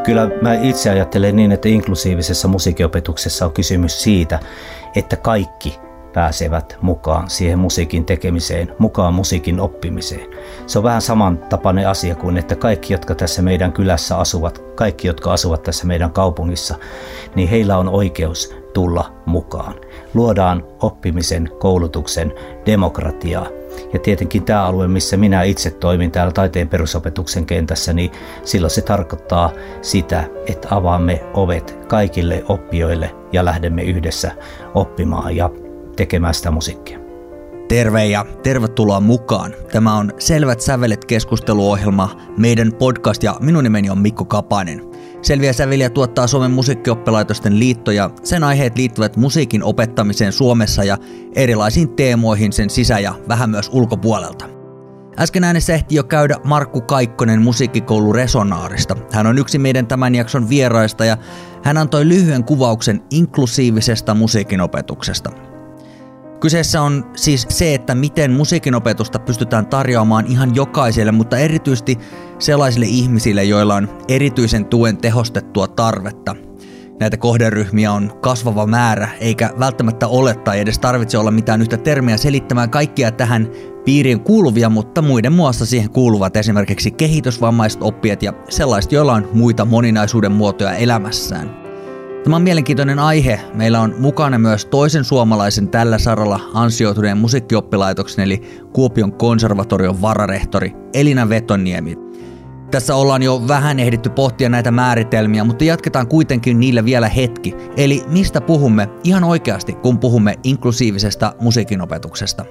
Kyllä mä itse ajattelen niin, että inklusiivisessa musiikinopetuksessa on kysymys siitä, että kaikki pääsevät mukaan siihen musiikin tekemiseen, mukaan musiikin oppimiseen. Se on vähän samantapainen asia kuin, että kaikki, jotka tässä meidän kylässä asuvat, kaikki, jotka asuvat tässä meidän kaupungissa, niin heillä on oikeus tulla mukaan. Luodaan oppimisen, koulutuksen, demokratiaa. Ja tietenkin tämä alue, missä minä itse toimin täällä taiteen perusopetuksen kentässä, niin silloin se tarkoittaa sitä, että avaamme ovet kaikille oppijoille ja lähdemme yhdessä oppimaan ja tekemään sitä musiikkia. Terve ja tervetuloa mukaan. Tämä on Selvät sävelet -keskusteluohjelma, meidän podcast ja minun nimeni on Mikko Kapanen. Selviä säveliä tuottaa Suomen musiikkioppilaitosten liitto ja sen aiheet liittyvät musiikin opettamiseen Suomessa ja erilaisiin teemoihin sen sisä- ja vähän myös ulkopuolelta. Äsken äänessä ehti jo käydä Markku Kaikkonen musiikkikoulu Resonaarista. Hän on yksi meidän tämän jakson vieraista ja hän antoi lyhyen kuvauksen inklusiivisesta musiikinopetuksesta. Kyseessä on siis se, että miten musiikinopetusta pystytään tarjoamaan ihan jokaiselle, mutta erityisesti sellaisille ihmisille, joilla on erityisen tuen tehostettua tarvetta. Näitä kohderyhmiä on kasvava määrä, eikä välttämättä ole tai edes tarvitse olla mitään yhtä termiä selittämään kaikkia tähän piiriin kuuluvia, mutta muiden muassa siihen kuuluvat esimerkiksi kehitysvammaiset oppijat ja sellaiset, joilla on muita moninaisuuden muotoja elämässään. Tämä on mielenkiintoinen aihe. Meillä on mukana myös toisen suomalaisen tällä saralla ansioituneen musiikkioppilaitoksen eli Kuopion konservatorion vararehtori Elina Vetoniemi. Tässä ollaan jo vähän ehditty pohtia näitä määritelmiä, mutta jatketaan kuitenkin niillä vielä hetki. Eli mistä puhumme ihan oikeasti, kun puhumme inklusiivisesta musiikinopetuksesta?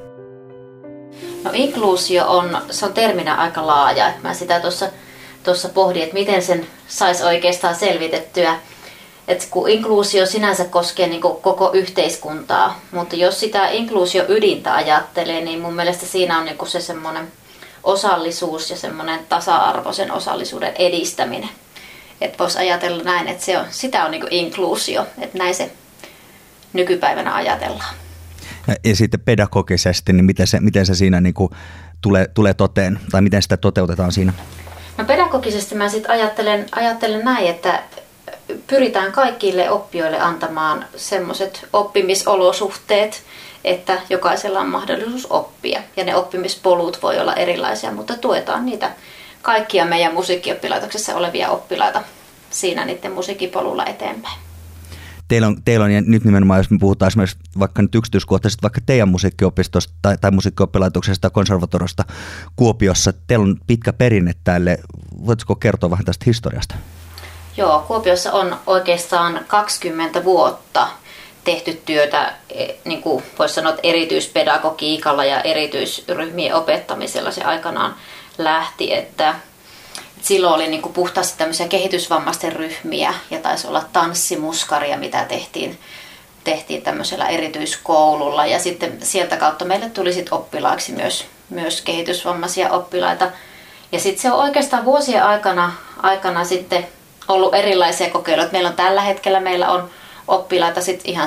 No inkluusio se on terminä aika laaja. Mä sitä tuossa pohdin, että miten sen saisi oikeastaan selvitettyä. Et kun inkluusio sinänsä koskee niin koko yhteiskuntaa, mutta jos sitä inkluusio ydintä ajattelee, niin mun mielestä siinä on niin se semmoinen osallisuus ja semmoinen tasa-arvoisen osallisuuden edistäminen. Että voisi ajatella näin, että sitä on niin inkluusio, että näin se nykypäivänä ajatellaan. Ja sitten pedagogisesti, niin miten se siinä niin tulee toteen, tai miten sitä toteutetaan siinä? No pedagogisesti mä sitten ajattelen näin, että pyritään kaikille oppijoille antamaan semmoiset oppimisolosuhteet, että jokaisella on mahdollisuus oppia. Ja ne oppimispolut voi olla erilaisia, mutta tuetaan niitä kaikkia meidän musiikkioppilaitoksessa olevia oppilaita siinä niiden musiikkipolulla eteenpäin. Teillä on, ja nyt nimenomaan jos me puhutaan esimerkiksi vaikka nyt yksityiskohtaisesti vaikka teidän musiikkiopistosta tai musiikkioppilaitoksesta tai konservatoriosta Kuopiossa, teillä on pitkä perinne tälle. Voitko kertoa vähän tästä historiasta? Joo, Kuopiossa on oikeastaan 20 vuotta tehty työtä, niin kuin voisi sanoa, erityispedagogiikalla ja erityisryhmien opettamisella se aikanaan lähti, että silloin oli niin kuin puhtaasti tämmöisiä kehitysvammaisten ryhmiä ja taisi olla tanssimuskaria, mitä tehtiin tämmöisellä erityiskoululla ja sitten sieltä kautta meille tuli sitten oppilaaksi myös kehitysvammaisia oppilaita ja sitten se on oikeastaan vuosien aikana sitten ollut erilaisia kokeiluja. Meillä on tällä hetkellä oppilaita sit ihan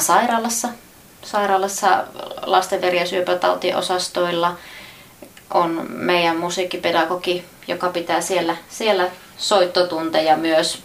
sairaalassa lasten veri- ja syöpätautien osastoilla. On meidän musiikkipedagogi, joka pitää siellä soittotunteja myös.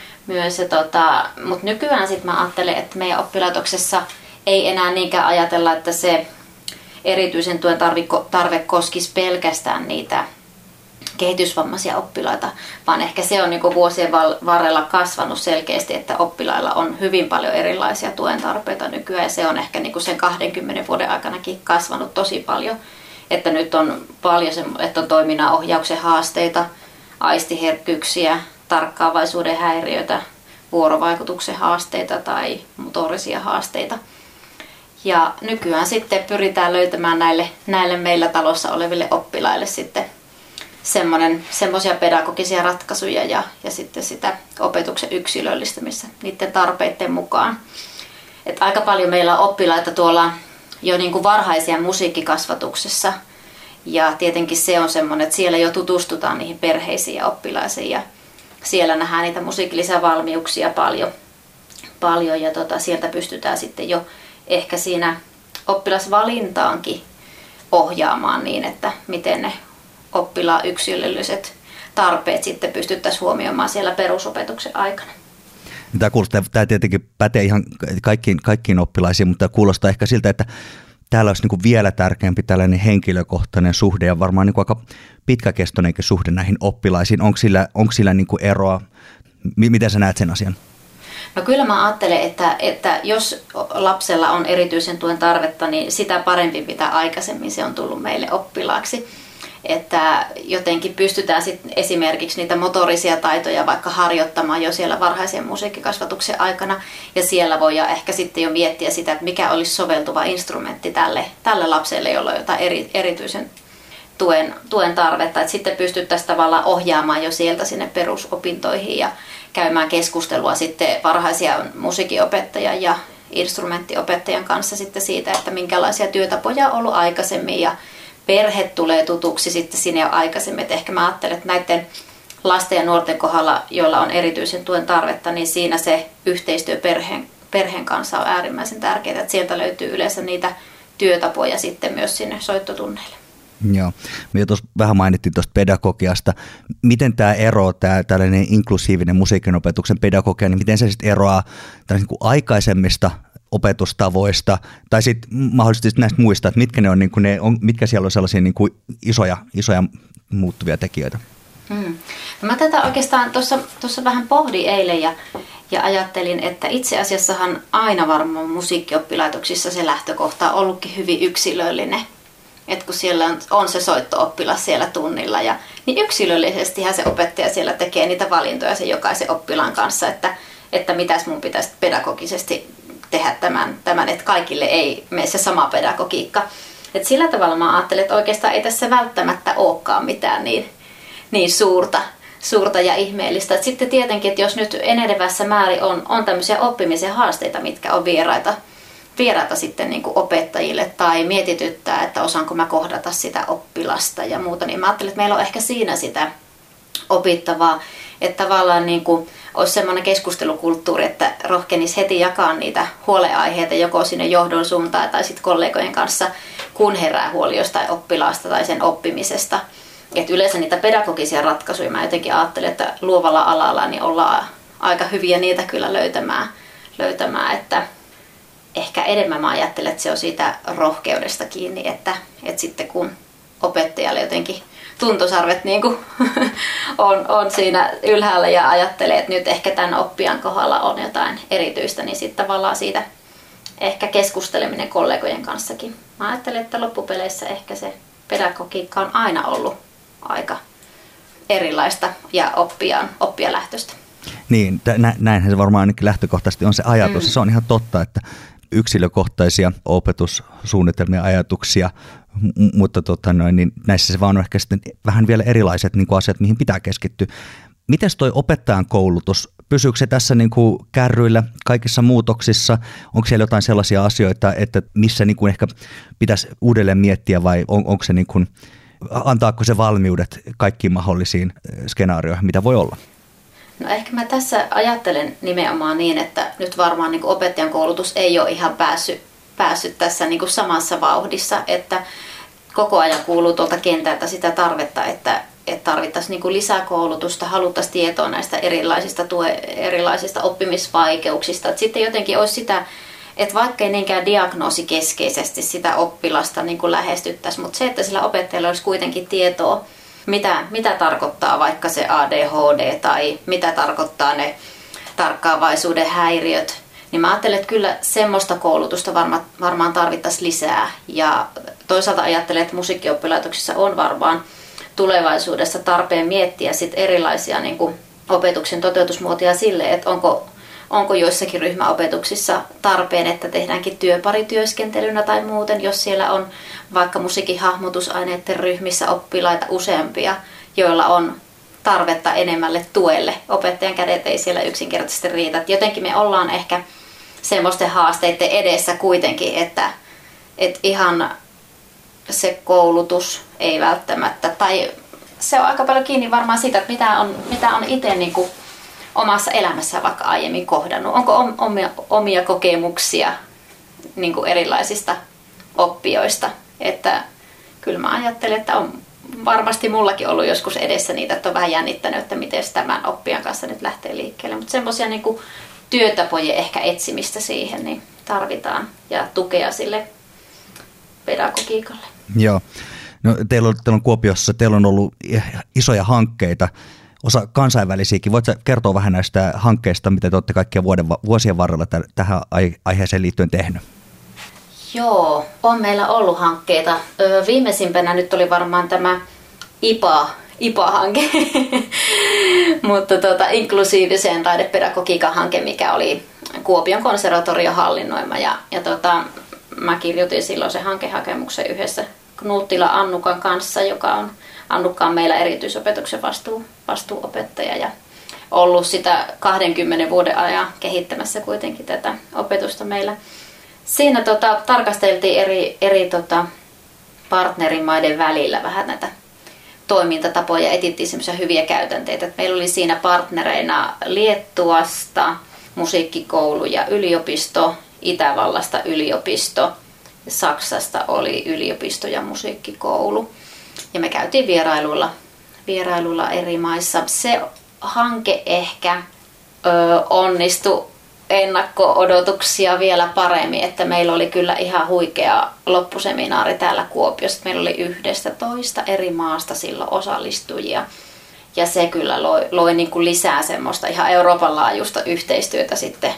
Mutta nykyään sit mä ajattelen, että meidän oppilaitoksessa ei enää niinkään ajatella, että se erityisen tuen tarve koskisi pelkästään niitä kehitysvammaisia oppilaita, vaan ehkä se on niin vuosien varrella kasvanut selkeästi, että oppilailla on hyvin paljon erilaisia tuen tarpeita nykyään ja se on ehkä niin sen 20 vuoden aikanakin kasvanut tosi paljon, että nyt on paljon että on toiminnan ohjauksen haasteita, aistiherkkyyksiä, tarkkaavaisuuden häiriöitä, vuorovaikutuksen haasteita tai motorisia haasteita. Ja nykyään sitten pyritään löytämään näille meillä talossa oleville oppilaille sitten semmoisia pedagogisia ratkaisuja ja sitten sitä opetuksen yksilöllistämistä niiden tarpeiden mukaan. Et aika paljon meillä on oppilaita tuolla jo niin kuin varhaisia musiikkikasvatuksessa ja tietenkin se on semmoinen, että siellä jo tutustutaan niihin perheisiin ja oppilaisiin ja siellä nähdään niitä musiikillisia valmiuksia paljon ja sieltä pystytään sitten jo ehkä siinä oppilasvalintaankin ohjaamaan niin, että miten ne oppilaan yksilölliset tarpeet sitten pystyttäisiin huomioimaan siellä perusopetuksen aikana. Tämä tietenkin pätee ihan kaikkiin oppilaisiin, mutta kuulostaa ehkä siltä, että täällä olisi niin kuin vielä tärkeämpi tällainen henkilökohtainen suhde ja varmaan niin kuin aika pitkäkestoinenkin suhde näihin oppilaisiin. Onko sillä niin kuin eroa? Miten sä näet sen asian? No kyllä mä ajattelen, että jos lapsella on erityisen tuen tarvetta, niin sitä parempi mitä aikaisemmin se on tullut meille oppilaaksi. Että jotenkin pystytään sitten esimerkiksi niitä motorisia taitoja vaikka harjoittamaan jo siellä varhaisen musiikkikasvatuksen aikana. Ja siellä voidaan ehkä sitten jo miettiä sitä, että mikä olisi soveltuva instrumentti tälle lapselle, jolla on jotain erityisen tuen tarvetta. Että sitten pystyttäisiin tavallaan ohjaamaan jo sieltä sinne perusopintoihin ja käymään keskustelua sitten varhaisia musiikinopettajan ja instrumenttiopettajan kanssa sitten siitä, että minkälaisia työtapoja on ollut aikaisemmin ja perhe tulee tutuksi sitten sinne jo aikaisemmin. Et ehkä mä ajattelen, että näiden lasten ja nuorten kohdalla, joilla on erityisen tuen tarvetta, niin siinä se yhteistyö perheen kanssa on äärimmäisen tärkeää. Että sieltä löytyy yleensä niitä työtapoja sitten myös sinne soittotunneille. Joo. Me jo tuossa vähän mainittiin tuosta pedagogiasta. Miten tämä eroaa, tällainen inklusiivinen musiikinopetuksen pedagogia, niin miten se sitten eroaa niin kuin aikaisemmista opetustavoista tai sitten mahdollisesti näistä muista, että mitkä ne on, niin kuin mitkä siellä on sellaisia niin kuin isoja muuttuvia tekijöitä? No mä tätä oikeastaan tuossa vähän pohdin eilen ja ajattelin, että itse asiassahan aina varmaan musiikkioppilaitoksissa se lähtökohta on ollutkin hyvin yksilöllinen. Että kun siellä on se soitto-oppilas siellä tunnilla, niin yksilöllisestihän se opettaja siellä tekee niitä valintoja sen jokaisen oppilaan kanssa, että mitäs mun pitäisi pedagogisesti tehdä tämän, että kaikille ei mene se sama pedagogiikka. Et sillä tavalla mä ajattelen, että oikeastaan ei tässä välttämättä olekaan mitään niin suurta ja ihmeellistä. Et sitten tietenkin, että jos nyt enenevässä määrin on tämmöisiä oppimisen haasteita, mitkä on vieraita sitten niin kuin opettajille tai mietityttää, että osaanko mä kohdata sitä oppilasta ja muuta, niin mä ajattelen, että meillä on ehkä siinä sitä opittavaa, että tavallaan niin kuin olisi semmoinen keskustelukulttuuri, että rohkenisi heti jakaa niitä huolenaiheita joko sinne johdon suuntaan tai sitten kollegojen kanssa, kun herää huoli jostain oppilaasta tai sen oppimisesta. Et yleensä niitä pedagogisia ratkaisuja mä jotenkin ajattelen, että luovalla alalla niin ollaan aika hyviä niitä kyllä löytämään, että ehkä enemmän mä ajattelen, että se on siitä rohkeudesta kiinni, että sitten kun opettajalle jotenkin tuntosarvet niin kuin on siinä ylhäällä ja ajattelee, että nyt ehkä tämän oppijan kohdalla on jotain erityistä, niin sitten tavallaan siitä ehkä keskusteleminen kollegojen kanssakin. Mä ajattelen, että loppupeleissä ehkä se pedagogiikka on aina ollut aika erilaista ja oppijalähtöistä. Niin, näinhän se varmaan ainakin lähtökohtaisesti on se ajatus. Se on ihan totta, että yksilökohtaisia opetussuunnitelmia, ajatuksia, mutta niin näissä se vaan on ehkä sitten vähän vielä erilaiset niin kuin asiat, mihin pitää keskittyä. Miten toi opettajan koulutus, pysyykö se tässä niin kuin kärryillä kaikissa muutoksissa? Onko siellä jotain sellaisia asioita, että missä niin kuin ehkä pitäisi uudelleen miettiä vai onko se niin kuin, antaako se valmiudet kaikkiin mahdollisiin skenaarioihin, mitä voi olla? No ehkä mä tässä ajattelen nimenomaan niin, että nyt varmaan niin kuin opettajan koulutus ei ole ihan päässyt tässä niin kuin samassa vauhdissa, että koko ajan kuuluu tuolta kentältä sitä tarvetta, että tarvittaisiin niin kuin lisäkoulutusta, haluttaisiin tietoa näistä erilaisista oppimisvaikeuksista. Että sitten jotenkin olisi sitä, että vaikka ei niinkään diagnoosikeskeisesti sitä oppilasta niin kuin lähestyttäisiin, mutta se, että sillä opettajalla olisi kuitenkin tietoa, mitä tarkoittaa vaikka se ADHD tai mitä tarkoittaa ne tarkkaavaisuuden häiriöt, niin mä ajattelen, että kyllä semmoista koulutusta varmaan tarvittaisiin lisää. Ja toisaalta ajattelen, että musiikkioppilaitoksissa on varmaan tulevaisuudessa tarpeen miettiä sit erilaisia niin kuin opetuksen toteutusmuotoja sille, että onko joissakin ryhmäopetuksissa tarpeen, että tehdäänkin työparityöskentelynä tai muuten, jos siellä on vaikka musiikin hahmotusaineiden ryhmissä oppilaita useampia, joilla on tarvetta enemmälle tuelle. Opettajan kädet ei siellä yksinkertaisesti riitä. Jotenkin me ollaan ehkä semmoisten haasteiden edessä kuitenkin, että ihan se koulutus ei välttämättä, tai se on aika paljon kiinni varmaan siitä, että mitä on itse niin kuin omassa elämässä vaikka aiemmin kohdannut. Onko omia kokemuksia niin kuin erilaisista oppijoista. Että kyllä mä ajattelen, että varmasti mullakin ollut joskus edessä niitä, että on vähän jännittänyt, että miten tämän oppijan kanssa nyt lähtee liikkeelle. Mutta semmoisia niin kuin työtapojen ehkä etsimistä siihen niin tarvitaan ja tukea sille pedagogiikalle. Joo. No, teillä on Kuopiossa, teillä on ollut isoja hankkeita, osa kansainvälisiäkin. Voitko kertoa vähän näistä hankkeista, mitä te olette kaikkia vuosien varrella tähän aiheeseen liittyen tehnyt? Joo, on meillä ollut hankkeita. Viimeisimpänä nyt oli varmaan tämä IPA-hanke, mutta inklusiivisen taidepedagogiikan hanke, mikä oli Kuopion konservatorion hallinnoima. Ja mä kirjoitin silloin se hankehakemuksen yhdessä Nuuttila Annukan kanssa, joka on Annukka on meillä erityisopetuksen vastuuopettaja ja ollut sitä 20 vuoden ajan kehittämässä kuitenkin tätä opetusta meillä. Siinä tarkasteltiin eri partnerimaiden välillä vähän näitä toimintatapoja ja etsittiin semmoisia hyviä käytänteitä. Et meillä oli siinä partnereina Liettuasta musiikkikoulu ja yliopisto, Itävallasta yliopisto, Saksasta oli yliopisto ja musiikkikoulu. Ja me käytiin vierailuilla eri maissa. Se hanke ehkä onnistui ennakko-odotuksia vielä paremmin, että meillä oli kyllä ihan huikea loppuseminaari täällä Kuopiossa. Meillä oli 11 eri maasta silloin osallistujia. Ja se kyllä loi niin kuin lisää semmoista ihan Euroopan laajuista yhteistyötä sitten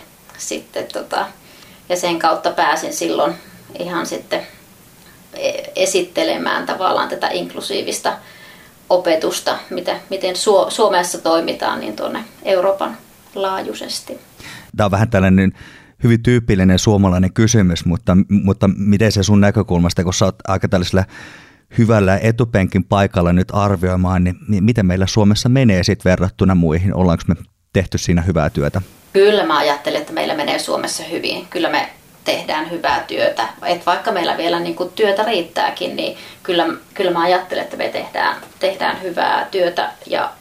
ja sen kautta pääsin silloin ihan sitten esittelemään tavallaan tätä inklusiivista opetusta, miten Suomessa toimitaan niin tuonne Euroopan laajuisesti. Tämä on vähän tällainen hyvin tyypillinen suomalainen kysymys, mutta miten se sun näkökulmasta, kun sä oot aika tällaisella hyvällä etupenkin paikalla nyt arvioimaan, niin miten meillä Suomessa menee sitten verrattuna muihin? Ollaanko me tehty siinä hyvää työtä? Kyllä mä ajattelen, että meillä menee Suomessa hyvin. Kyllä me tehdään hyvää työtä. Et vaikka meillä vielä niin kuin työtä riittääkin, niin kyllä mä ajattelen, että me tehdään hyvää työtä ja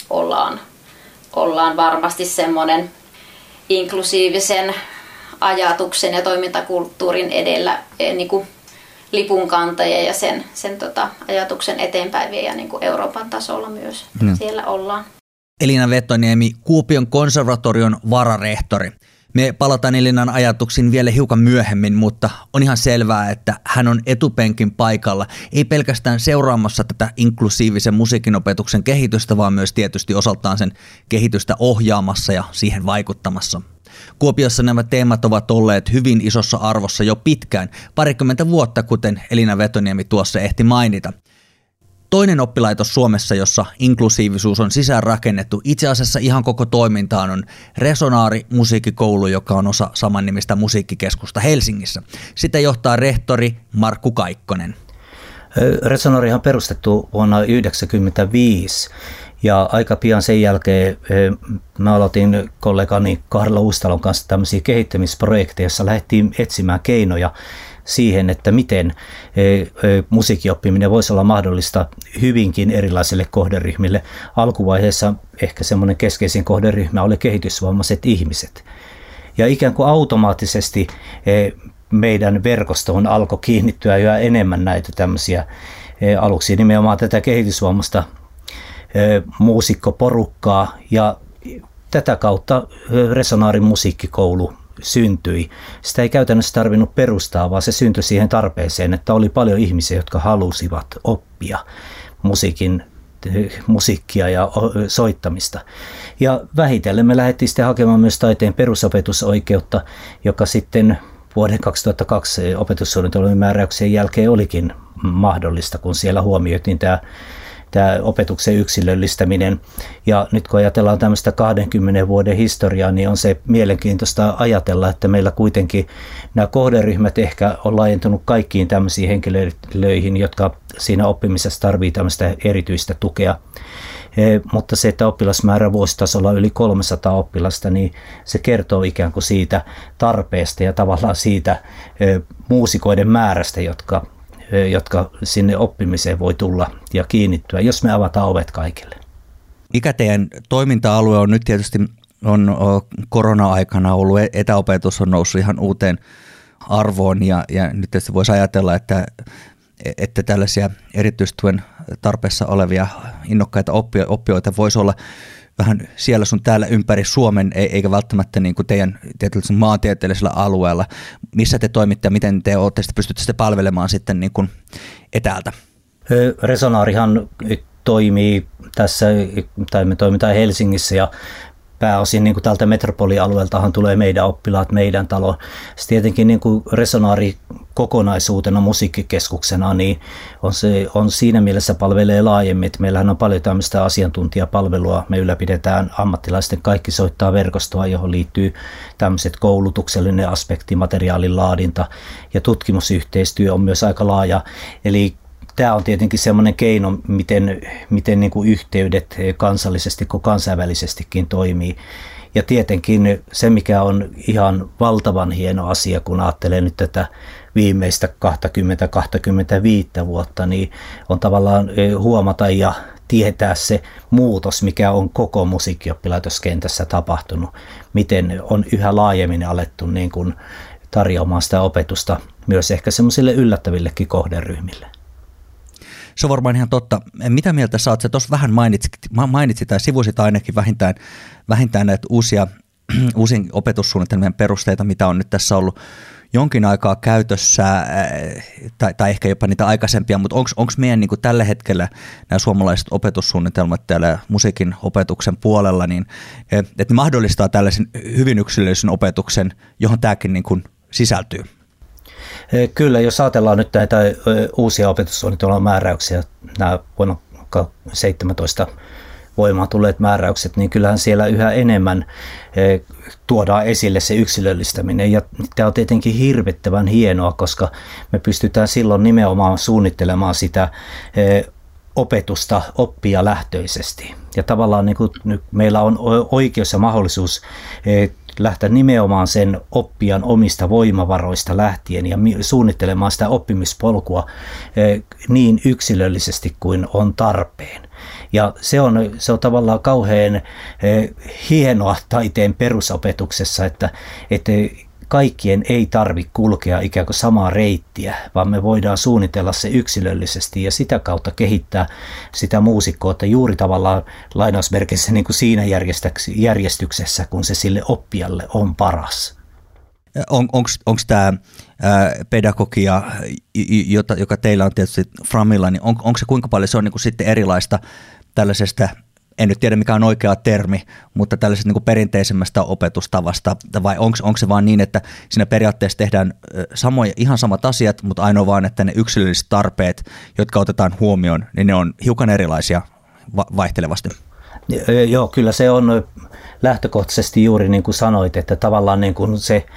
ollaan varmasti semmoinen inklusiivisen ajatuksen ja toimintakulttuurin edellä niin kuin lipunkantaja ja sen ajatuksen eteenpäin viejä niin kuin Euroopan tasolla myös. Siellä ollaan. Elina Vetoniemi, Kuopion konservatorion vararehtori. Me palataan Elinan ajatuksiin vielä hiukan myöhemmin, mutta on ihan selvää, että hän on etupenkin paikalla, ei pelkästään seuraamassa tätä inklusiivisen musiikinopetuksen kehitystä, vaan myös tietysti osaltaan sen kehitystä ohjaamassa ja siihen vaikuttamassa. Kuopiossa nämä teemat ovat olleet hyvin isossa arvossa jo pitkään, 20 vuotta, kuten Elina Vetoniemi tuossa ehti mainita. Toinen oppilaitos Suomessa, jossa inklusiivisuus on sisäänrakennettu, itse asiassa ihan koko toimintaan, on Resonaari musiikkikoulu, joka on osa samannimistä musiikkikeskusta Helsingissä. Sitä johtaa rehtori Markku Kaikkonen. Resonaarihan perustettu vuonna 1995 ja aika pian sen jälkeen mä aloitin kollegani Karla Uustalon kanssa tämmöisiä kehittämisprojekteja, joissa lähdettiin etsimään keinoja siihen, että miten musiikkioppiminen voisi olla mahdollista hyvinkin erilaisille kohderyhmille. Alkuvaiheessa ehkä semmoinen keskeisin kohderyhmä oli kehitysvammaiset ihmiset. Ja ikään kuin automaattisesti meidän verkostoon alkoi kiinnittyä yhä enemmän näitä tämmöisiä aluksi nimenomaan tätä kehitysvammaista muusikkoporukkaa ja tätä kautta Resonaarin musiikkikoulu syntyi. Sitä ei käytännössä tarvinnut perustaa, vaan se syntyi siihen tarpeeseen, että oli paljon ihmisiä, jotka halusivat oppia musiikkia ja soittamista. Ja vähitellen me lähdettiin sitten hakemaan myös taiteen perusopetusoikeutta, joka sitten vuoden 2002 opetussuunnitelman määräyksien jälkeen olikin mahdollista, kun siellä huomioitiin tämä opetuksen yksilöllistäminen. Ja nyt kun ajatellaan tämmöistä 20 vuoden historiaa, niin on se mielenkiintoista ajatella, että meillä kuitenkin nämä kohderyhmät ehkä on laajentunut kaikkiin tämmöisiin henkilöihin, jotka siinä oppimisessa tarvitsee tämmöistä erityistä tukea. Mutta se, että oppilasmäärä vuositasolla on yli 300 oppilasta, niin se kertoo ikään kuin siitä tarpeesta ja tavallaan siitä muusikoiden määrästä, jotka sinne oppimiseen voi tulla ja kiinnittyä, jos me avataan ovet kaikille. Mikä teidän toiminta-alue on nyt tietysti on korona-aikana ollut, etäopetus on noussut ihan uuteen arvoon ja nyt tietysti voisi ajatella, että että tällaisia erityistuen tarpeessa olevia innokkaita oppijoita voisi olla vähän siellä sun täällä ympäri Suomen, eikä välttämättä niin kuin teidän maantieteellisellä alueella. Missä te toimitte ja miten te pystytte sitten palvelemaan sitten niin kuin etäältä? Resonaarihan toimii tässä, tai me toimitaan Helsingissä ja pääosin niin kuin tältä metropolialueeltahan tulee meidän oppilaat, meidän talo. Sitten tietenkin niin kuin Resonaari kokonaisuutena musiikkikeskuksena niin on siinä mielessä palvelee laajemmin. Meillähän on paljon tämmöistä asiantuntijapalvelua. Me ylläpidetään ammattilaisten kaikki soittaa verkostoa, johon liittyy tämmöiset koulutuksellinen aspekti, materiaalin laadinta ja tutkimusyhteistyö on myös aika laaja. Eli tämä on tietenkin semmoinen keino, miten niin kuin yhteydet kansallisesti kuin kansainvälisestikin toimii. Ja tietenkin se, mikä on ihan valtavan hieno asia, kun ajattelee nyt tätä viimeistä 20-25 vuotta, niin on tavallaan huomata ja tietää se muutos, mikä on koko musiikkioppilaitoskentässä tapahtunut. Miten on yhä laajemmin alettu niin kuin tarjoamaan sitä opetusta myös ehkä semmoisille yllättävillekin kohderyhmille. Se on varmaan ihan totta. Mitä mieltä sä oot? Sä tuossa vähän mainitsit tai sivusit ainakin vähintään näitä uusien opetussuunnitelmien perusteita, mitä on nyt tässä ollut jonkin aikaa käytössä, tai ehkä jopa niitä aikaisempia, mutta onko meidän niin kuin tällä hetkellä nämä suomalaiset opetussuunnitelmat täällä musiikin opetuksen puolella, niin että ne mahdollistaa tällaisen hyvin yksilöllisen opetuksen, johon tämäkin niin kuin sisältyy? Kyllä, jos ajatellaan nyt näitä uusia opetussuunnitelman määräyksiä, nämä vuonna 2017 voimaan tulleet määräykset, niin kyllähän siellä yhä enemmän tuodaan esille se yksilöllistäminen. Ja tämä on tietenkin hirvittävän hienoa, koska me pystytään silloin nimenomaan suunnittelemaan sitä opetusta oppijalähtöisesti. Ja tavallaan niin kuin meillä on oikeus ja mahdollisuus lähteä nimenomaan sen oppijan omista voimavaroista lähtien ja suunnittelemaan sitä oppimispolkua niin yksilöllisesti kuin on tarpeen. Ja se on tavallaan kauhean hienoa taiteen perusopetuksessa, että kaikkien ei tarvitse kulkea ikään kuin samaa reittiä, vaan me voidaan suunnitella se yksilöllisesti ja sitä kautta kehittää sitä muusikkoutta juuri tavallaan lainausmerkeissä niin kuin siinä järjestyksessä, kun se sille oppijalle on paras. Onko tämä pedagogia, joka teillä on tietysti Framilla, niin onko se kuinka paljon se on niin kuin sitten erilaista tällaisesta, en nyt tiedä mikä on oikea termi, mutta tällaisesta niin kuin perinteisemmästä opetustavasta, vai onko se vaan niin, että siinä periaatteessa tehdään ihan samat asiat, mutta ainoa vaan, että ne yksilölliset tarpeet, jotka otetaan huomioon, niin ne on hiukan erilaisia vaihtelevasti? Joo, kyllä se on lähtökohtaisesti juuri niin kuin sanoit, että tavallaan niin kuin se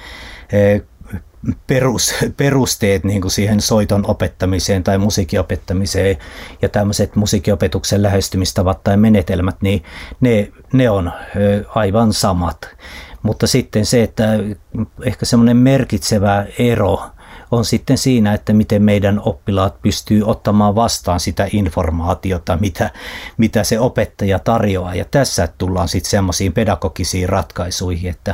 perusteet niin kuin siihen soiton opettamiseen tai musiikin opettamiseen ja tämmöiset musiikinopetuksen lähestymistavat tai menetelmät, niin ne on aivan samat. Mutta sitten se, että ehkä semmoinen merkitsevä ero on sitten siinä, että miten meidän oppilaat pystyy ottamaan vastaan sitä informaatiota, mitä se opettaja tarjoaa. Ja tässä tullaan sitten semmoisiin pedagogisiin ratkaisuihin, että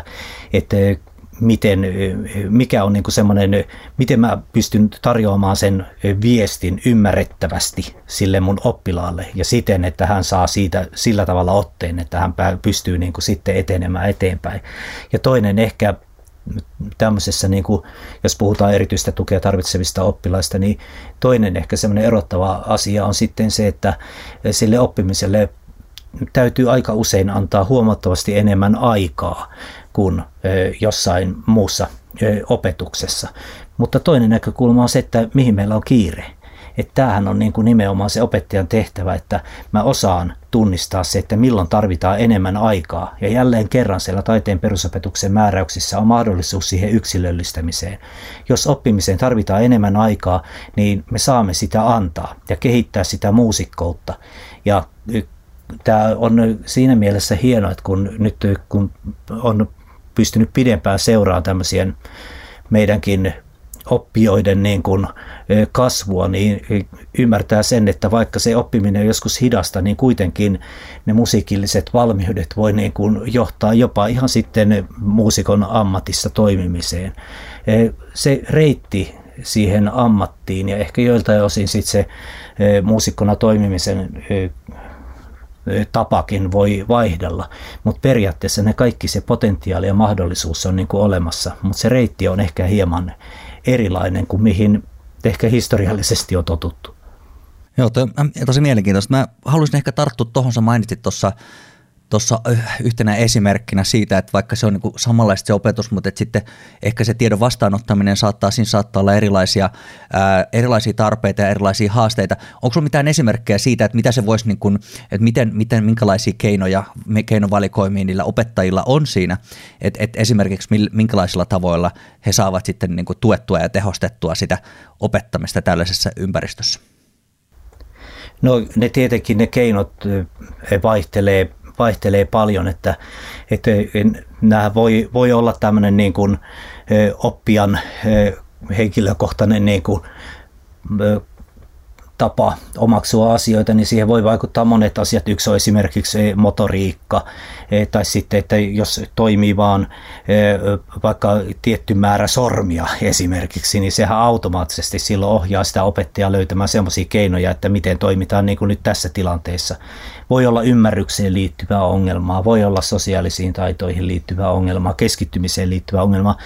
mikä on niinku semmoinen, miten mä pystyn tarjoamaan sen viestin ymmärrettävästi sille mun oppilaalle ja siten, että hän saa siitä sillä tavalla otteen, että hän pystyy niinku sitten etenemään eteenpäin. Ja toinen ehkä tämmöisessä, niinku, jos puhutaan erityistä tukea tarvitsevista oppilaista, niin toinen ehkä semmoinen erottava asia on sitten se, että sille oppimiselle täytyy aika usein antaa huomattavasti enemmän aikaa kuin jossain muussa opetuksessa. Mutta toinen näkökulma on se, että mihin meillä on kiire. Että tämähän on niin kuin nimenomaan se opettajan tehtävä, että mä osaan tunnistaa se, että milloin tarvitaan enemmän aikaa. Ja jälleen kerran siellä taiteen perusopetuksen määräyksissä on mahdollisuus siihen yksilöllistämiseen. Jos oppimiseen tarvitaan enemmän aikaa, niin me saamme sitä antaa ja kehittää sitä muusikkoutta. Ja tämä on siinä mielessä hienoa, että kun on pystynyt pidempään seuraamaan tämmöisiä meidänkin oppijoiden niin kuin kasvua, niin ymmärtää sen, että vaikka se oppiminen on joskus hidasta, niin kuitenkin ne musiikilliset valmiudet voi niin kuin johtaa jopa ihan sitten muusikon ammatissa toimimiseen. Se reitti siihen ammattiin ja ehkä joiltain osin sitten se muusikkona toimimisen tapakin voi vaihdella, mutta periaatteessa ne kaikki se potentiaali ja mahdollisuus on niin kuin olemassa, mutta se reitti on ehkä hieman erilainen kuin mihin ehkä historiallisesti on totuttu. Joo, tosi mielenkiintoista. Mä haluaisin ehkä tarttua tuohon, sä mainitsit tuossa yhtenä esimerkkinä siitä, että vaikka se on niin samanlaista se opetus, mutta että sitten ehkä se tiedon vastaanottaminen saattaa olla erilaisia tarpeita ja erilaisia haasteita. Onko sulla mitään esimerkkejä siitä, että mitä se voisi, niin kuin, että minkälaisia keinovalikoimia niillä opettajilla on siinä, että esimerkiksi minkälaisilla tavoilla he saavat sitten niin kuin tuettua ja tehostettua sitä opettamista tällaisessa ympäristössä? No tietenkin ne keinot vaihtelee paljon, että nämä voi olla tämmöinen niin kuin oppijan henkilökohtainen niin kuin tapa omaksua asioita, niin siihen voi vaikuttaa monet asiat. Yksi on esimerkiksi motoriikka, tai sitten, että jos toimii vaan vaikka tietty määrä sormia esimerkiksi, niin sehän automaattisesti silloin ohjaa sitä opettajaa löytämään sellaisia keinoja, että miten toimitaan niin kuin nyt tässä tilanteessa. Voi olla ymmärrykseen liittyvää ongelmaa, voi olla sosiaalisiin taitoihin liittyvää ongelmaa, keskittymiseen liittyvää ongelmaa.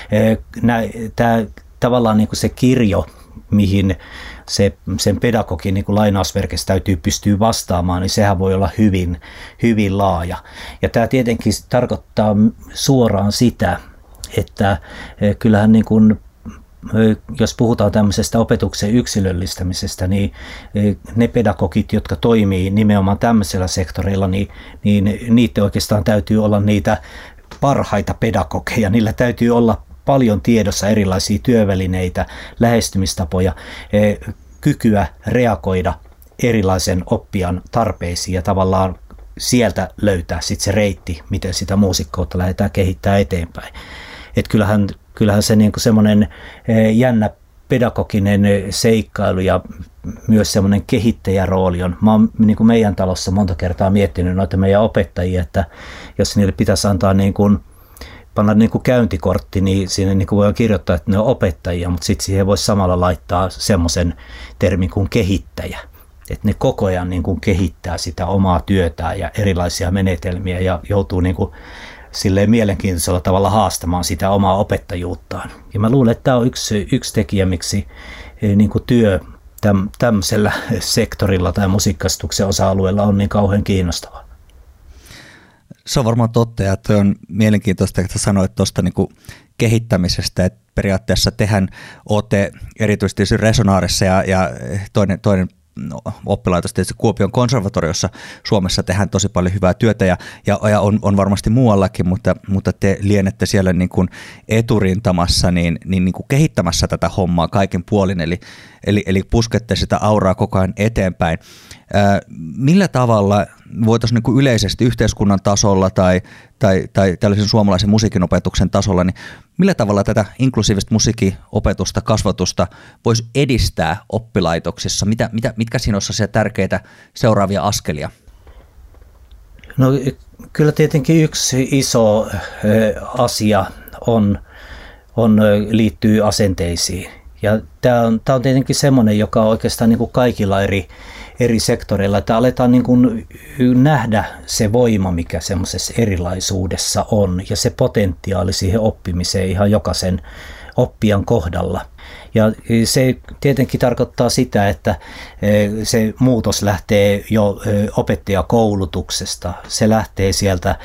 Tämä tavallaan niin kuin se kirjo, mihin sen pedagogin niin kuin lainausmerkissä täytyy pystyä vastaamaan, niin sehän voi olla hyvin, hyvin laaja. Ja tämä tietenkin tarkoittaa suoraan sitä, että kyllähän niin kuin, jos puhutaan tämmöisestä opetuksen yksilöllistämisestä, niin ne pedagogit, jotka toimii nimenomaan tämmöisellä sektorilla, niin niitä oikeastaan täytyy olla niitä parhaita pedagogeja. Niillä täytyy olla paljon tiedossa erilaisia työvälineitä, lähestymistapoja, kykyä reagoida erilaisen oppijan tarpeisiin ja tavallaan sieltä löytää sitten se reitti, miten sitä muusikkoutta lähdetään kehittämään eteenpäin. Et kyllähän se niinku semmoinen jännä pedagoginen seikkailu ja myös semmoinen kehittäjärooli on. Mä oon niinku meidän talossa monta kertaa miettinyt noita meidän opettajia, että jos niille pitäisi antaa panna niin kuin käyntikortti, niin siinä niin kuin voi kirjoittaa, että ne on opettajia, mutta sitten siihen voisi samalla laittaa semmoisen termin kuin kehittäjä. Että ne koko ajan niin kuin kehittää sitä omaa työtään ja erilaisia menetelmiä ja joutuu niin kuin silleen mielenkiintoisella tavalla haastamaan sitä omaa opettajuuttaan. Ja mä luulen, että tämä on yksi tekijä, miksi niin kuin työ tämmöisellä sektorilla tai musiikkastuksen osa-alueella on niin kauhean kiinnostavaa. Se on varmaan totta, ja toi on mielenkiintoista, että sanoit tuosta niinku kehittämisestä, että periaatteessa tehän olette erityisesti Resonaarissa ja toinen oppilaitos tietysti Kuopion konservatoriossa Suomessa tehdään tosi paljon hyvää työtä ja on varmasti muuallakin, mutta te lienette siellä niin kuin eturintamassa niin kuin kehittämässä tätä hommaa kaiken puolin, eli puskette sitä auraa koko ajan eteenpäin. Millä tavalla voitaisiin niin kuin yleisesti yhteiskunnan tasolla tai tällaisen suomalaisen musiikinopetuksen tasolla, niin millä tavalla tätä inklusiivista musiikinopetusta, kasvatusta voisi edistää oppilaitoksissa? Mitkä siinä olisi se tärkeitä seuraavia askelia? No kyllä tietenkin yksi iso asia liittyy asenteisiin. Ja tämä on tietenkin semmoinen, joka on oikeastaan niin kuin kaikilla eri sektoreilla, että aletaan niin kuin nähdä se voima, mikä semmoisessa erilaisuudessa on ja se potentiaali siihen oppimiseen ihan jokaisen oppijan kohdalla. Ja se tietenkin tarkoittaa sitä, että se muutos lähtee jo opettajakoulutuksesta, se lähtee sieltä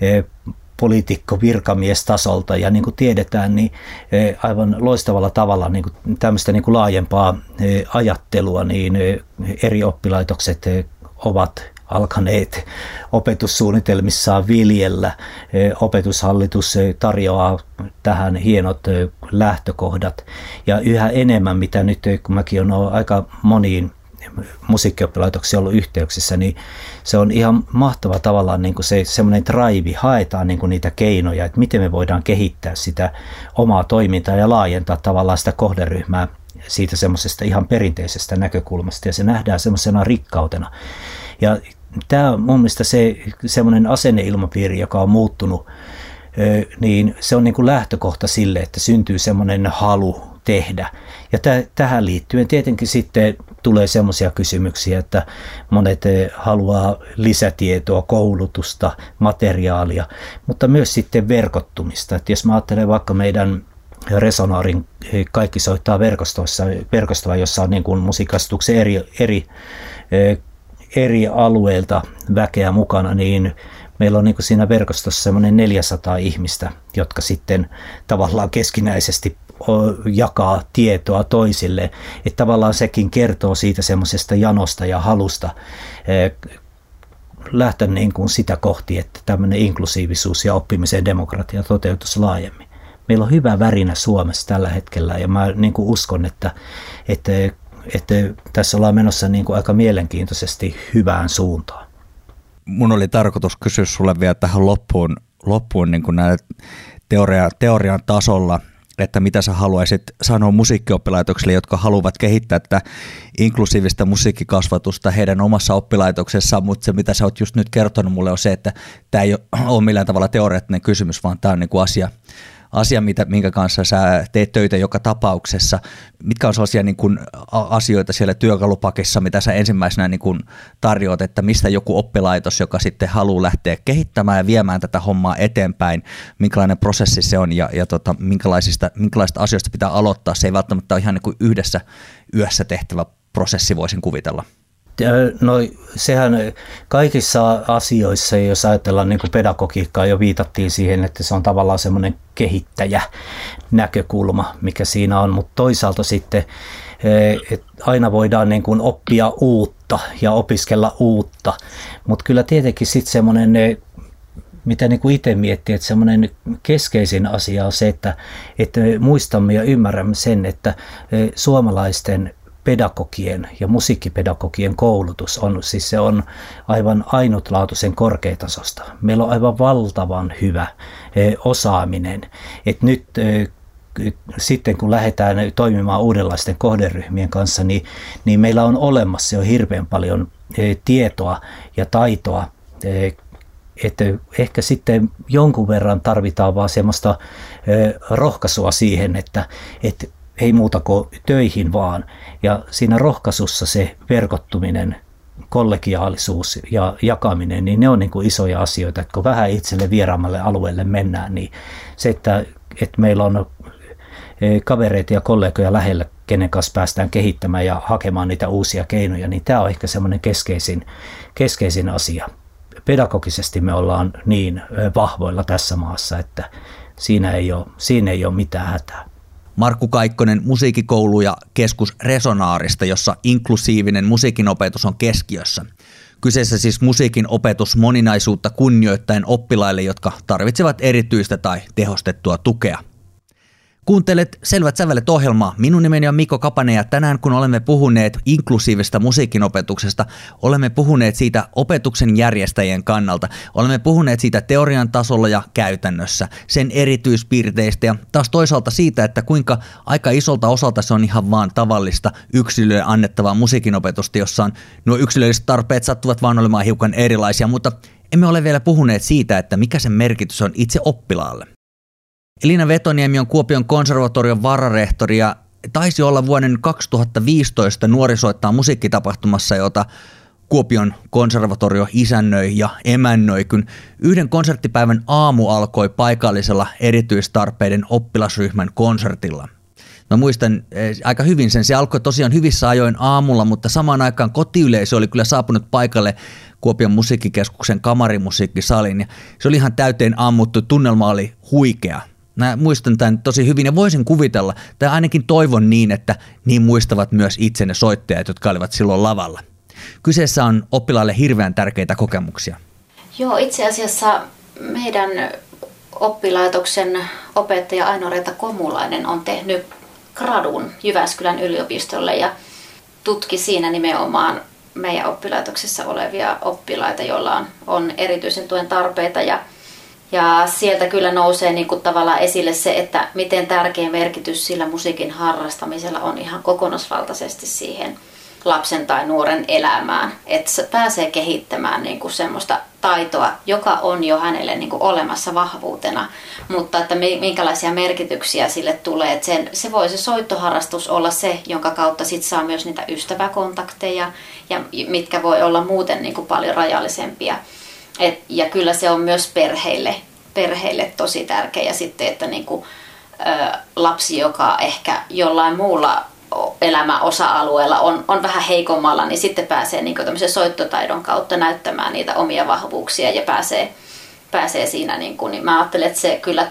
poliitikko-virkamiestasolta ja niin kuin tiedetään, niin aivan loistavalla tavalla niin kuin tämmöistä niin kuin laajempaa ajattelua, niin eri oppilaitokset ovat alkaneet opetussuunnitelmissaan viljellä. Opetushallitus tarjoaa tähän hienot lähtökohdat ja yhä enemmän, mitä nyt kun mäkin olen aika moniin musiikkioppilaitoksia ollut yhteyksissä, niin se on ihan mahtava tavallaan niin kuin se semmoinen drive, haetaan niin kuin niitä keinoja, että miten me voidaan kehittää sitä omaa toimintaa ja laajentaa tavallaan sitä kohderyhmää siitä semmoisesta ihan perinteisestä näkökulmasta ja se nähdään semmoisena rikkautena. Ja tämä on mun mielestä se semmoinen asenneilmapiiri, joka on muuttunut, niin se on niin kuin lähtökohta sille, että syntyy semmoinen halu tehdä. Ja tähän liittyen tietenkin sitten tulee semmoisia kysymyksiä, että monet haluaa lisätietoa, koulutusta, materiaalia, mutta myös sitten verkottumista. Että jos mä ajattelen vaikka meidän Resonaarin kaikki soittaa verkostoa, jossa on niin kuin musiikastuksen eri alueilta väkeä mukana, niin meillä on niin kuin siinä verkostossa semmoinen 400 ihmistä, jotka sitten tavallaan keskinäisesti jakaa tietoa toisille. Että tavallaan sekin kertoo siitä semmoisesta janosta ja halusta lähteä niin kuin sitä kohti, että tämmöinen inklusiivisuus ja oppimisen demokratia toteutuisi laajemmin. Meillä on hyvä värinä Suomessa tällä hetkellä ja mä niin kuin uskon, että tässä ollaan menossa niin kuin aika mielenkiintoisesti hyvään suuntaan. Mun oli tarkoitus kysyä sulle vielä tähän loppuun niin kuin teorian tasolla, että mitä sä haluaisit sanoa musiikkioppilaitoksille, jotka haluavat kehittää tätä inklusiivista musiikkikasvatusta heidän omassa oppilaitoksessaan, mutta se mitä sä oot just nyt kertonut mulle on se, että tämä ei ole millään tavalla teoreettinen kysymys, vaan tämä on niin kuin asia, minkä kanssa sä teet töitä joka tapauksessa. Mitkä on sellaisia niin kuin asioita siellä työkalupakissa, mitä sä ensimmäisenä niin kuin tarjoat, että mistä joku oppilaitos, joka sitten haluaa lähteä kehittämään ja viemään tätä hommaa eteenpäin, minkälainen prosessi se on ja minkälaisista asioista pitää aloittaa. Se ei välttämättä ole ihan niin kuin yhdessä yössä tehtävä prosessi, voisin kuvitella. No sehän kaikissa asioissa, jos ajatellaan niin kuin pedagogiikkaa, jo viitattiin siihen, että se on tavallaan semmoinen kehittäjä näkökulma, mikä siinä on, mutta toisaalta sitten että aina voidaan niin kuin oppia uutta ja opiskella uutta, mutta kyllä tietenkin sitten semmoinen, mitä niin kuin itse miettii, että semmoinen keskeisin asia on se, että muistamme ja ymmärrämme sen, että suomalaisten pedagogien ja musiikkipedagogien koulutus se on aivan ainutlaatuisen korkeatasosta. Meillä on aivan valtavan hyvä osaaminen. Et nyt sitten kun lähdetään toimimaan uudenlaisten kohderyhmien kanssa, niin meillä on olemassa jo hirveän paljon tietoa ja taitoa. Että ehkä sitten jonkun verran tarvitaan vaan semmoista rohkaisua siihen, että ei muuta kuin töihin vaan. Ja siinä rohkaisussa se verkottuminen, kollegiaalisuus ja jakaminen, niin ne on niin kuin isoja asioita. Että kun vähän itselle vieraammalle alueelle mennään, niin se, että meillä on kavereita ja kollegoja lähellä, kenen kanssa päästään kehittämään ja hakemaan niitä uusia keinoja, niin tämä on ehkä semmoinen keskeisin asia. Pedagogisesti me ollaan niin vahvoilla tässä maassa, että siinä ei ole mitään hätää. Markku Kaikkonen musiikkikoulu ja keskus Resonaarista, jossa inklusiivinen musiikinopetus on keskiössä. Kyseessä siis musiikin opetus moninaisuutta kunnioittaen oppilaille, jotka tarvitsevat erityistä tai tehostettua tukea. Kuuntelet Selvät sävelet -ohjelmaa. Minun nimeni on Mikko Kapanen ja tänään kun olemme puhuneet inklusiivista musiikinopetuksesta, olemme puhuneet siitä opetuksen järjestäjien kannalta. Olemme puhuneet siitä teorian tasolla ja käytännössä, sen erityispiirteistä ja taas toisaalta siitä, että kuinka aika isolta osalta se on ihan vaan tavallista yksilölle annettavaa musiikinopetusta, jossa nuo yksilölliset tarpeet sattuvat vaan olemaan hiukan erilaisia, mutta emme ole vielä puhuneet siitä, että mikä sen merkitys on itse oppilaalle. Elina Vetoniemi on Kuopion konservatorion vararehtori ja taisi olla vuoden 2015 Nuorisoittaa musiikkitapahtumassa, jota Kuopion konservatorio isännöi ja emännöi, kun yhden konserttipäivän aamu alkoi paikallisella erityistarpeiden oppilasryhmän konsertilla. Mä muistan aika hyvin sen. Se alkoi tosiaan hyvissä ajoin aamulla, mutta samaan aikaan kotiyleisö oli kyllä saapunut paikalle Kuopion musiikkikeskuksen kamarimusiikkisalin. Ja se oli ihan täyteen ammuttu. Tunnelma oli huikea. Mä muistan tämän tosi hyvin ja voisin kuvitella, tai ainakin toivon niin, että niin muistavat myös itse ne soittajat, jotka olivat silloin lavalla. Kyseessä on oppilaille hirveän tärkeitä kokemuksia. Joo, itse asiassa meidän oppilaitoksen opettaja Aino-Reetta Komulainen on tehnyt gradun Jyväskylän yliopistolle ja tutki siinä nimenomaan meidän oppilaitoksessa olevia oppilaita, joilla on erityisen tuen tarpeita ja sieltä kyllä nousee niin kuin tavallaan esille se, että miten tärkeä merkitys sillä musiikin harrastamisella on ihan kokonaisvaltaisesti siihen lapsen tai nuoren elämään. Että se pääsee kehittämään niin kuin semmoista taitoa, joka on jo hänelle niin kuin olemassa vahvuutena, mutta että minkälaisia merkityksiä sille tulee. Että se voi se soittoharrastus olla se, jonka kautta sit saa myös niitä ystäväkontakteja ja mitkä voi olla muuten niin kuin paljon rajallisempia. Ja kyllä se on myös perheille tosi tärkeä. Ja sitten, että niin kuin, lapsi, joka ehkä jollain muulla elämäosa-alueella on vähän heikommalla, niin sitten pääsee niin kuin tämmöisen soittotaidon kautta näyttämään niitä omia vahvuuksia ja pääsee siinä, niin mä ajattelen, että se kyllä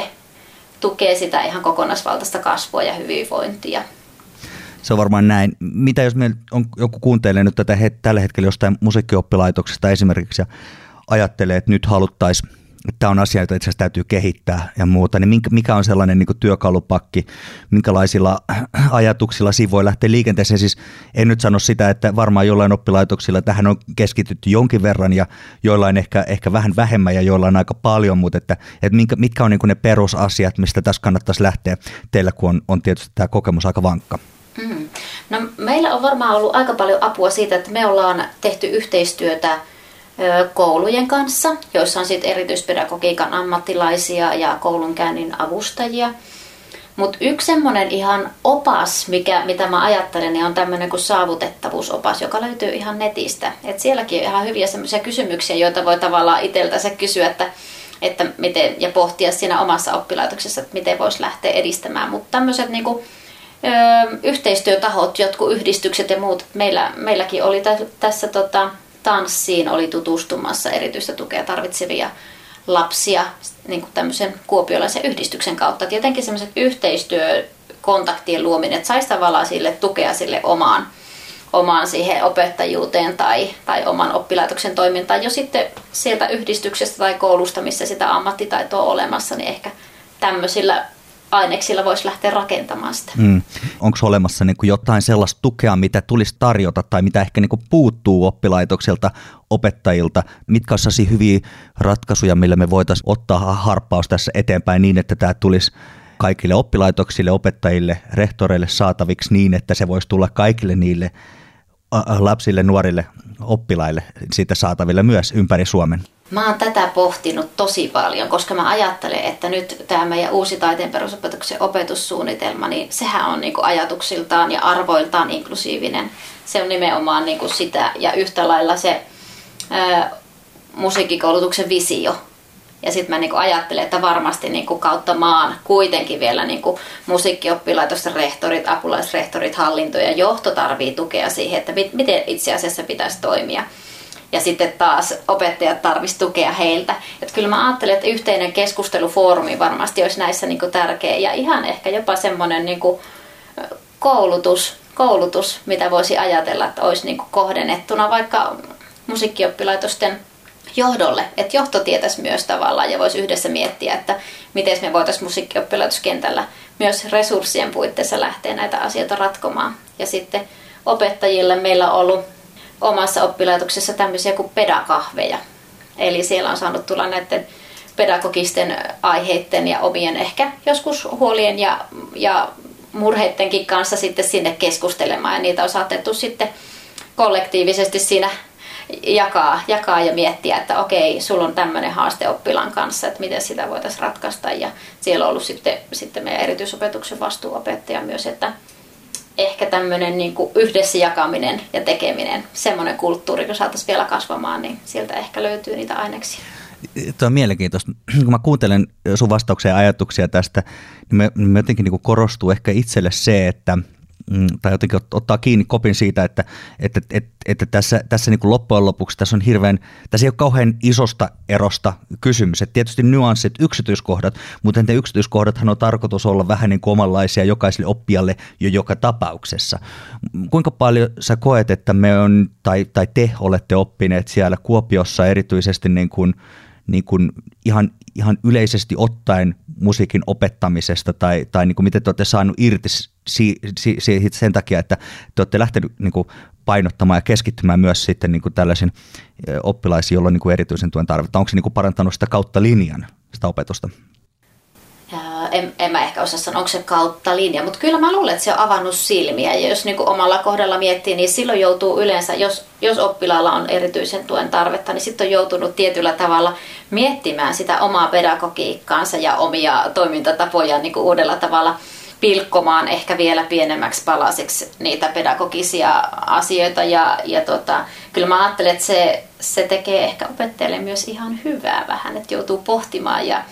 tukee sitä ihan kokonaisvaltaista kasvua ja hyvinvointia. Se on varmaan näin. Mitä jos meillä on joku kuuntelee nyt tätä tällä hetkellä jostain musiikkioppilaitoksesta esimerkiksi ja ajattelee, että nyt haluttaisiin, että tämä on asia, jota itse asiassa täytyy kehittää ja muuta, niin mikä on sellainen niin kuin työkalupakki, minkälaisilla ajatuksilla siinä voi lähteä liikenteeseen? Siis en nyt sano sitä, että varmaan jollain oppilaitoksilla tähän on keskitytty jonkin verran ja joillain ehkä vähän vähemmän ja joillain aika paljon, mutta että mitkä on niin kuin ne perusasiat, mistä tässä kannattaisi lähteä teillä, kun on tietysti tämä kokemus aika vankka? No, meillä on varmaan ollut aika paljon apua siitä, että me ollaan tehty yhteistyötä koulujen kanssa, joissa on sitten erityispedagogiikan ammattilaisia ja koulunkäynnin avustajia. Mutta yksi semmoinen ihan opas, mitä mä ajattelen, niin on tämmöinen kuin saavutettavuusopas, joka löytyy ihan netistä. Et sielläkin on ihan hyviä semmoisia kysymyksiä, joita voi tavallaan itseltänsä kysyä, että miten, ja pohtia siinä omassa oppilaitoksessa, että miten voisi lähteä edistämään. Mutta tämmöiset niinku, yhteistyötahot, jotkut yhdistykset ja muut, meilläkin oli tässä tanssiin oli tutustumassa erityistä tukea tarvitsevia lapsia niin kuin tämmöisen kuopiolaisen yhdistyksen kautta. Et jotenkin semmoiset yhteistyökontaktien luominen, että saisi tavallaan sille tukea sille omaan siihen opettajuuteen tai oman oppilaitoksen toimintaan jo sitten sieltä yhdistyksestä tai koulusta, missä sitä ammattitaitoa on olemassa, niin ehkä tämmöisillä aineksilla voisi lähteä rakentamaan sitä. Onko olemassa niin kuin jotain sellaista tukea, mitä tulisi tarjota tai mitä ehkä niin kuin puuttuu oppilaitokselta, opettajilta? Mitkä olisi sellaisia hyviä ratkaisuja, millä me voitaisiin ottaa harppaus tässä eteenpäin niin, että tämä tulisi kaikille oppilaitoksille, opettajille, rehtoreille saataviksi niin, että se voisi tulla kaikille niille lapsille, nuorille, oppilaille siitä saataville myös ympäri Suomen? Mä oon tätä pohtinut tosi paljon, koska mä ajattelen, että nyt tämä meidän uusi taiteen perusopetuksen opetussuunnitelma, niin sehän on niinku ajatuksiltaan ja arvoiltaan inklusiivinen. Se on nimenomaan niinku sitä ja yhtä lailla se musiikkikoulutuksen visio. Ja sitten mä niinku ajattelen, että varmasti niinku kautta maan kuitenkin vielä niinku musiikkioppilaitosten rehtorit, apulaisrehtorit, hallinto ja johto tarvii tukea siihen, että miten itse asiassa pitäisi toimia. Ja sitten taas opettajat tarvitsisi tukea heiltä. Että kyllä mä ajattelen, että yhteinen keskustelufoorumi varmasti olisi näissä niinku tärkeä. Ja ihan ehkä jopa semmoinen niinku koulutus, mitä voisi ajatella, että olisi niinku kohdennettuna vaikka musiikkioppilaitosten johdolle. Että johto tietäisi myös tavallaan ja voisi yhdessä miettiä, että miten me voitaisiin musiikkioppilaitoskentällä myös resurssien puitteissa lähteä näitä asioita ratkomaan. Ja sitten opettajille meillä on ollut omassa oppilaitoksessa tämmöisiä kuin pedakahveja. Eli siellä on saanut tulla näiden pedagogisten aiheiden ja omien ehkä joskus huolien ja murheittenkin kanssa sitten sinne keskustelemaan. Ja niitä on saatettu sitten kollektiivisesti siinä jakaa ja miettiä, että okei, sulla on tämmöinen haaste oppilaan kanssa, että miten sitä voitaisiin ratkaista. Ja siellä on ollut sitten meidän erityisopetuksen vastuuopettaja myös, että ehkä tämmöinen niin kuin yhdessä jakaminen ja tekeminen, semmoinen kulttuuri, kun saataisiin vielä kasvamaan, niin sieltä ehkä löytyy niitä aineksia. Tuo on mielenkiintoista. Kun mä kuuntelen sun vastauksia ja ajatuksia tästä, niin me jotenkin niin kuin korostuu ehkä itselle se, että tai jotenkin ottaa kiinni kopin siitä, että tässä niin kuin loppujen lopuksi tässä ei ole kauhean isosta erosta kysymys. Että tietysti nyanssit, yksityiskohdat, mutta ne yksityiskohdathan on tarkoitus olla vähän niin kuin omanlaisia jokaiselle oppijalle jo joka tapauksessa. Kuinka paljon sä koet, että tai te olette oppineet siellä Kuopiossa erityisesti niin kuin ihan yleisesti ottaen musiikin opettamisesta tai niin kuin miten te olette saanut irti sen takia, että te olette lähtenyt niin kuin painottamaan ja keskittymään myös sitten niin kuin tällaisiin oppilaisiin, joilla on niin kuin erityisen tuen tarvetta. Onko se niin kuin parantanut sitä kautta linjan, sitä opetusta? en mä ehkä osaa sanoa, onko se kautta linja, mutta kyllä mä luulen, että se on avannut silmiä. Ja jos niin kuin omalla kohdalla miettii, niin silloin joutuu yleensä, jos oppilaalla on erityisen tuen tarvetta, niin sitten on joutunut tietyllä tavalla miettimään sitä omaa pedagogiikkaansa ja omia toimintatapoja niin kuin uudella tavalla pilkkomaan ehkä vielä pienemmäksi palasiksi niitä pedagogisia asioita. Ja kyllä mä ajattelen, että se tekee ehkä opettajalle myös ihan hyvää vähän, että joutuu pohtimaan ja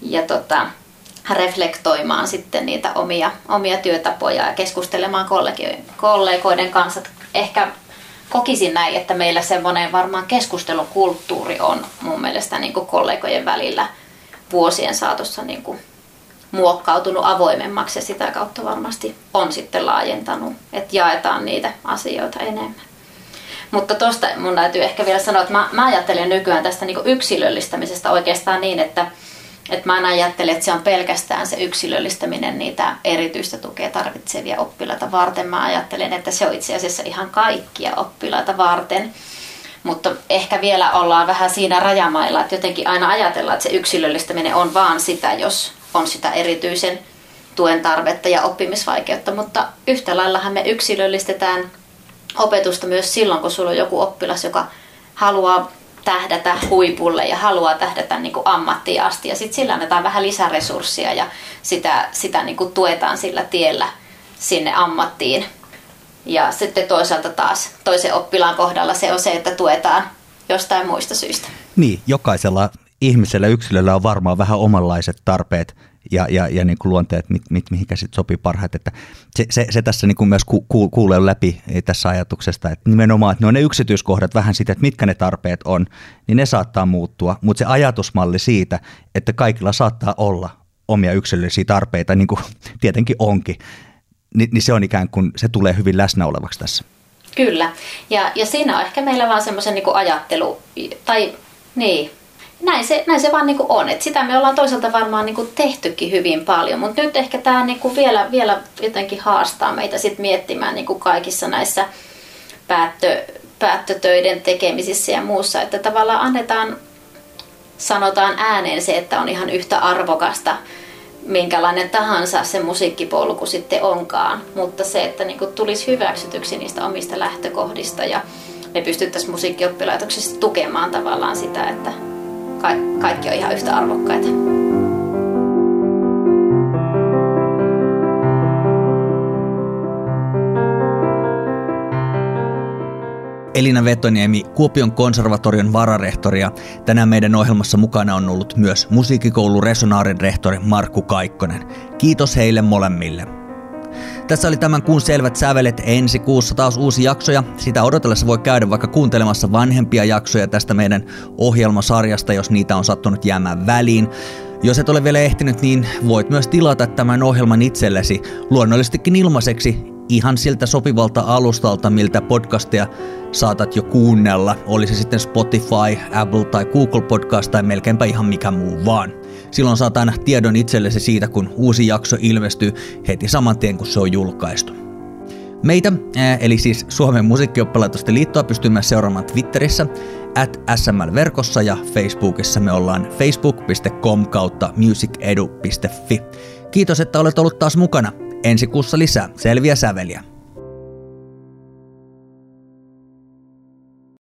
reflektoimaan sitten niitä omia työtapoja ja keskustelemaan kollegoiden kanssa. Ehkä kokisin näin, että meillä semmoinen varmaan keskustelukulttuuri on mun mielestä niin kuin kollegojen välillä vuosien saatossa niin kuin muokkautunut avoimemmaksi ja sitä kautta varmasti on sitten laajentanut, että jaetaan niitä asioita enemmän. Mutta tuosta mun täytyy ehkä vielä sanoa, että mä ajattelen nykyään tästä niin kuin yksilöllistämisestä oikeastaan niin, että mä en ajattele, että se on pelkästään se yksilöllistäminen niitä erityistä tukea tarvitsevia oppilaita varten. Mä ajattelen, että se on itse asiassa ihan kaikkia oppilaita varten. Mutta ehkä vielä ollaan vähän siinä rajamailla, että jotenkin aina ajatellaan, että se yksilöllistäminen on vaan sitä, jos on sitä erityisen tuen tarvetta ja oppimisvaikeutta. Mutta yhtä laillahan me yksilöllistetään opetusta myös silloin, kun sulla on joku oppilas, joka haluaa tähdätä huipulle ja haluaa tähdätä niin kuin ammattiin asti. Ja sitten sillä annetaan vähän lisäresurssia ja sitä niin kuin tuetaan sillä tiellä sinne ammattiin. Ja sitten toisaalta taas toisen oppilaan kohdalla se on se, että tuetaan jostain muista syistä. Niin, jokaisella ihmisellä, yksilöllä on varmaan vähän omanlaiset tarpeet ja niin kuin luonteet, mihinkä sitten sopii parhaiten. Että se tässä niin kuin myös kuulee läpi tässä ajatuksesta, että nimenomaan että ne yksityiskohdat vähän sitä, että mitkä ne tarpeet on, niin ne saattaa muuttua. Mutta se ajatusmalli siitä, että kaikilla saattaa olla omia yksilöllisiä tarpeita, niin kuin tietenkin onkin, niin se on ikään kuin, se tulee hyvin läsnä olevaksi tässä. Kyllä. Ja siinä on ehkä meillä vaan semmoisen niin kuin ajattelu, tai niin, näin se vaan niin kuin on. Et sitä me ollaan toisaalta varmaan niin kuin tehtykin hyvin paljon, mutta nyt ehkä tämä niin kuin vielä jotenkin haastaa meitä sit miettimään niin kuin kaikissa näissä päättötöiden tekemisissä ja muussa, että tavallaan sanotaan ääneen se, että on ihan yhtä arvokasta, minkälainen tahansa se musiikkipolku sitten onkaan, mutta se, että niin kuin tulisi hyväksytyksi niistä omista lähtökohdista ja me pystyttäisiin musiikkioppilaitoksissa tukemaan tavallaan sitä, että kaikki on ihan yhtä arvokkaita. Elina Vetoniemi, Kuopion konservatorion vararehtori, ja tänään meidän ohjelmassa mukana on ollut myös musiikkikoulu Resonaarin rehtori Markku Kaikkonen. Kiitos heille molemmille. Tässä oli tämän kuun Selvät sävelet. Ensi kuussa taas uusi jakso ja sitä odotellessa voi käydä vaikka kuuntelemassa vanhempia jaksoja tästä meidän ohjelmasarjasta, jos niitä on sattunut jäämään väliin. Jos et ole vielä ehtinyt, niin voit myös tilata tämän ohjelman itsellesi luonnollisestikin ilmaiseksi ihan siltä sopivalta alustalta, miltä podcasteja saatat jo kuunnella. Oli se sitten Spotify, Apple tai Google Podcast tai melkeinpä ihan mikä muu vaan. Silloin saat aina tiedon itsellesi siitä, kun uusi jakso ilmestyy heti saman tien, kun se on julkaistu. Meitä, eli siis Suomen musiikkioppilaitosten liittoa, pystyy myös seuraamaan Twitterissä @sml-verkossa ja Facebookissa me ollaan facebook.com/musicedu.fi. Kiitos, että olet ollut taas mukana. Ensi kuussa lisää Selviä säveliä.